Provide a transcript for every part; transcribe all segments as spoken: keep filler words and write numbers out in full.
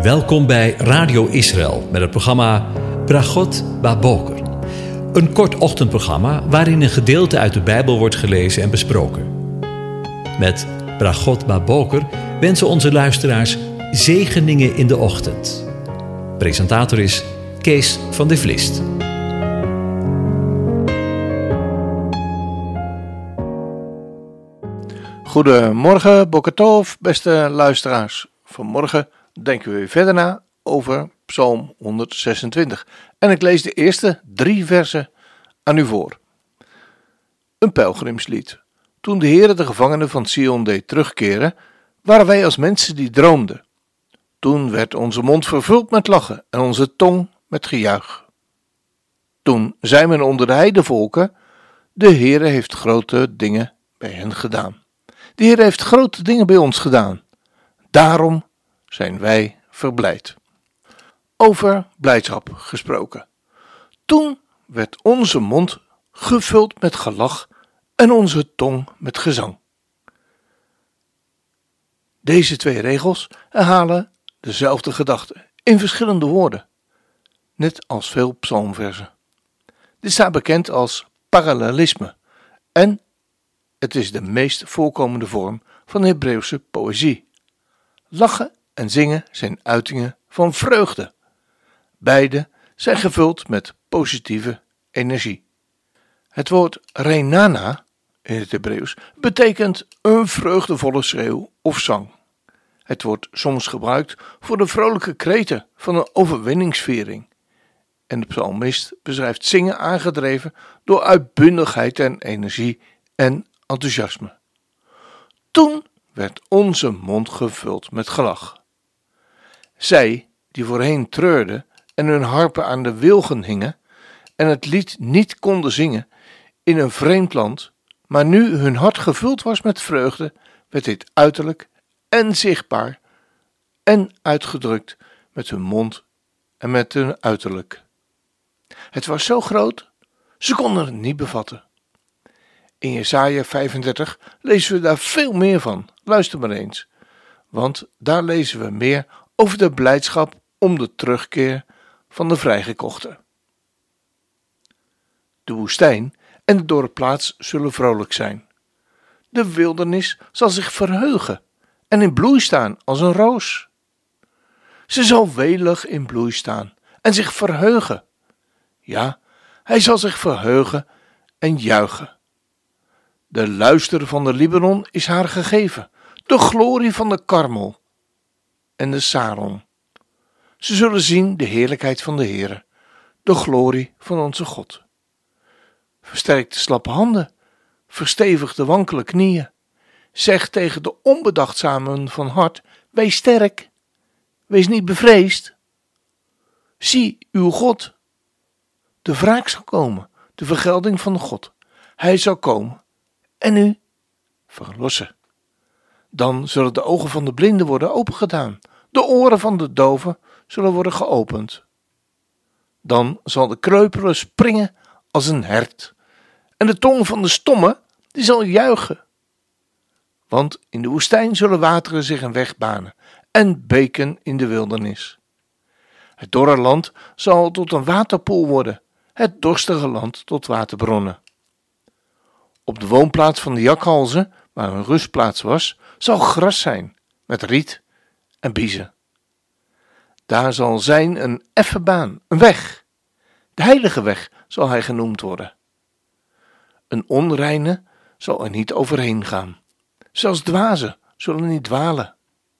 Welkom bij Radio Israël met het programma Brachot Baboker. Een kort ochtendprogramma waarin een gedeelte uit de Bijbel wordt gelezen en besproken. Met Brachot Baboker wensen onze luisteraars zegeningen in de ochtend. Presentator is Kees van de Vlist. Goedemorgen, Boker Tov, beste luisteraars. Vanmorgen denken we weer verder na over Psalm honderdzesentwintig. En ik lees de eerste drie versen aan u voor. Een pelgrimslied. Toen de Heere de gevangenen van Sion deed terugkeren, waren wij als mensen die droomden. Toen werd onze mond vervuld met lachen en onze tong met gejuich. Toen zei men onder de heidevolken, de Heere heeft grote dingen bij hen gedaan. De Heer heeft grote dingen bij ons gedaan. Daarom zijn wij verblijd. Over blijdschap gesproken. Toen werd onze mond gevuld met gelach en onze tong met gezang. Deze twee regels herhalen dezelfde gedachte in verschillende woorden, net als veel psalmversen. Dit staat bekend als parallelisme en het is de meest voorkomende vorm van de Hebreeuwse poëzie. Lachen en zingen zijn uitingen van vreugde. Beide zijn gevuld met positieve energie. Het woord renana in het Hebreeuws betekent een vreugdevolle schreeuw of zang. Het wordt soms gebruikt voor de vrolijke kreten van een overwinningsviering. En de psalmist beschrijft zingen aangedreven door uitbundigheid en energie en enthousiasme. Toen werd onze mond gevuld met gelach. Zij, die voorheen treurden en hun harpen aan de wilgen hingen en het lied niet konden zingen in een vreemd land, maar nu hun hart gevuld was met vreugde, werd dit uiterlijk en zichtbaar en uitgedrukt met hun mond en met hun uiterlijk. Het was zo groot, ze konden het niet bevatten. In Jesaja vijfendertig lezen we daar veel meer van. Luister maar eens, want daar lezen we meer over de blijdschap om de terugkeer van de vrijgekochten. De woestijn en de dorpplaats zullen vrolijk zijn. De wildernis zal zich verheugen en in bloei staan als een roos. Ze zal welig in bloei staan en zich verheugen. Ja, hij zal zich verheugen en juichen. De luister van de Libanon is haar gegeven, de glorie van de Karmel en de Saron. Ze zullen zien de heerlijkheid van de Heere, de glorie van onze God. Versterk de slappe handen, verstevig de wankele knieën. Zeg tegen de onbedachtzamen van hart, wees sterk, wees niet bevreesd. Zie uw God, de wraak zal komen, de vergelding van God. Hij zal komen en u verlossen. Dan zullen de ogen van de blinden worden opengedaan, de oren van de doven zullen worden geopend. Dan zal de kreupele springen als een hert en de tong van de stomme die zal juichen. Want in de woestijn zullen wateren zich een weg banen en beken in de wildernis. Het dorre land zal tot een waterpoel worden, het dorstige land tot waterbronnen. Op de woonplaats van de jakhalzen, waar een rustplaats was, zal gras zijn, met riet en biezen. Daar zal zijn een effen baan, een weg. De heilige weg zal hij genoemd worden. Een onreine zal er niet overheen gaan. Zelfs dwazen zullen niet dwalen.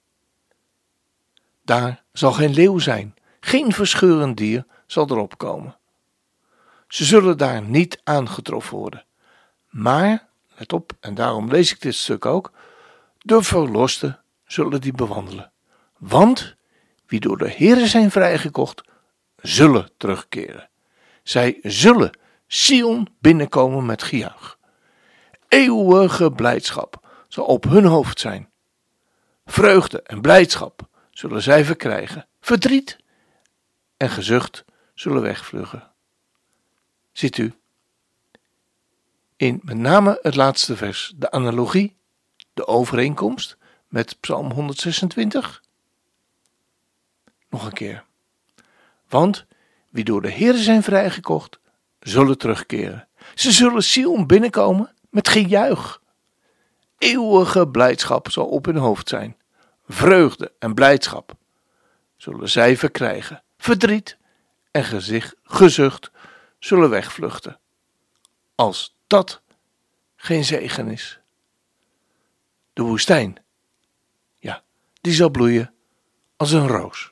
Daar zal geen leeuw zijn, geen verscheurend dier zal erop komen. Ze zullen daar niet aangetroffen worden. Maar, let op, en daarom lees ik dit stuk ook, de verlosten zullen die bewandelen. Want wie door de Heere zijn vrijgekocht, zullen terugkeren. Zij zullen Sion binnenkomen met gejuich. Eeuwige blijdschap zal op hun hoofd zijn. Vreugde en blijdschap zullen zij verkrijgen. Verdriet en gezucht zullen wegvluggen. Ziet u, in met name het laatste vers, de analogie, de overeenkomst met Psalm honderdzesentwintig. Nog een keer. Want wie door de Heer zijn vrijgekocht, zullen terugkeren. Ze zullen Sion binnenkomen met gejuich. Eeuwige blijdschap zal op hun hoofd zijn. Vreugde en blijdschap zullen zij verkrijgen. Verdriet en gezicht, gezucht zullen wegvluchten. Als dat geen zegen is. De woestijn, ja, die zal bloeien als een roos.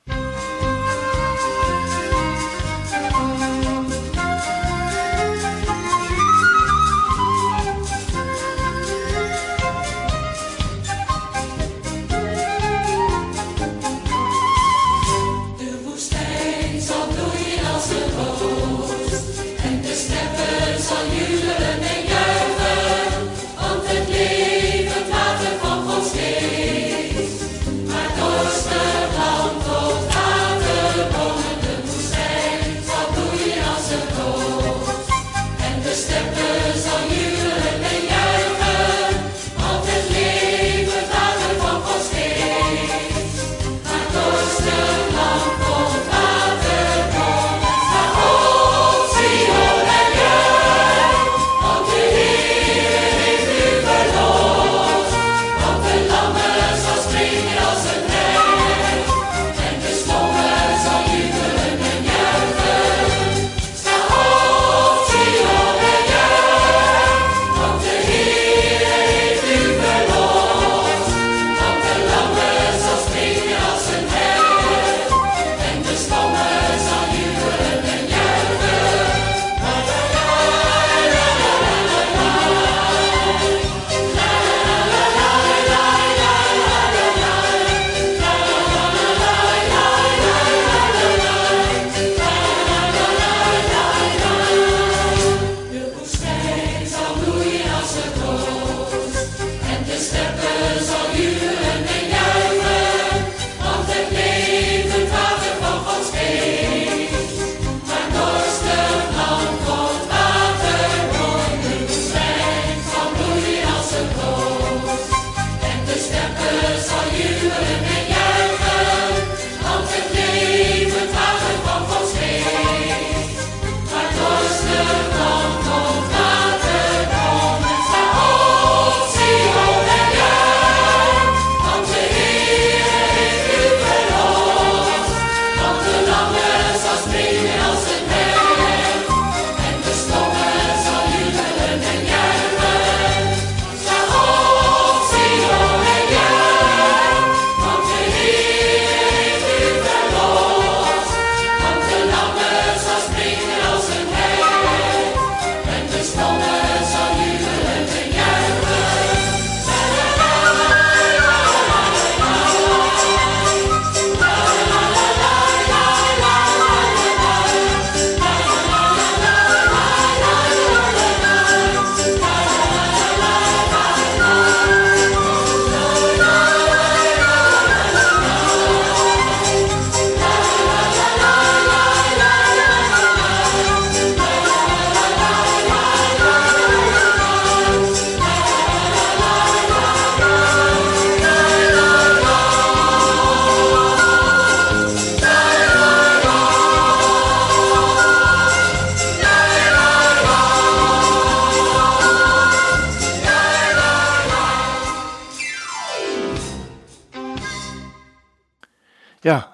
Ja,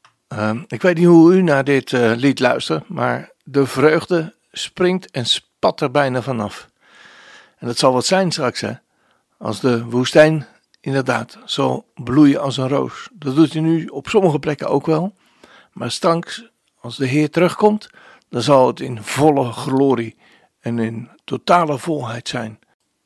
uh, ik weet niet hoe u naar dit uh, lied luistert, maar de vreugde springt en spat er bijna vanaf. En dat zal wat zijn straks, hè. Als de woestijn inderdaad zal bloeien als een roos. Dat doet hij nu op sommige plekken ook wel. Maar straks, als de Heer terugkomt, dan zal het in volle glorie en in totale volheid zijn.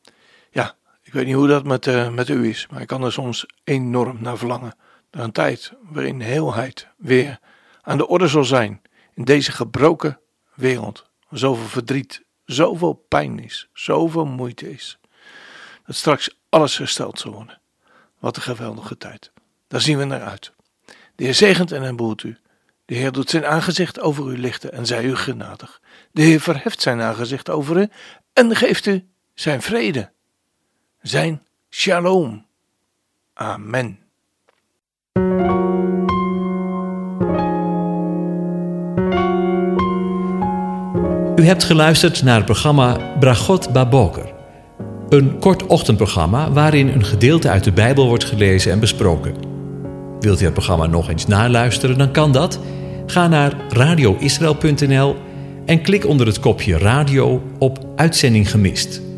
Ja, ik weet niet hoe dat met, uh, met u is, maar ik kan er soms enorm naar verlangen. Naar een tijd waarin heelheid weer aan de orde zal zijn in deze gebroken wereld. Waar zoveel verdriet, zoveel pijn is, zoveel moeite is. Dat straks alles hersteld zal worden. Wat een geweldige tijd. Daar zien we naar uit. De Heer zegent en behoedt u. De Heer doet zijn aangezicht over u lichten en zij u genadig. De Heer verheft zijn aangezicht over u en geeft u zijn vrede. Zijn shalom. Amen. U hebt geluisterd naar het programma Bragot Baboker. Een kort ochtendprogramma waarin een gedeelte uit de Bijbel wordt gelezen en besproken. Wilt u het programma nog eens naluisteren, dan kan dat. Ga naar radio israël punt n l en klik onder het kopje radio op Uitzending gemist.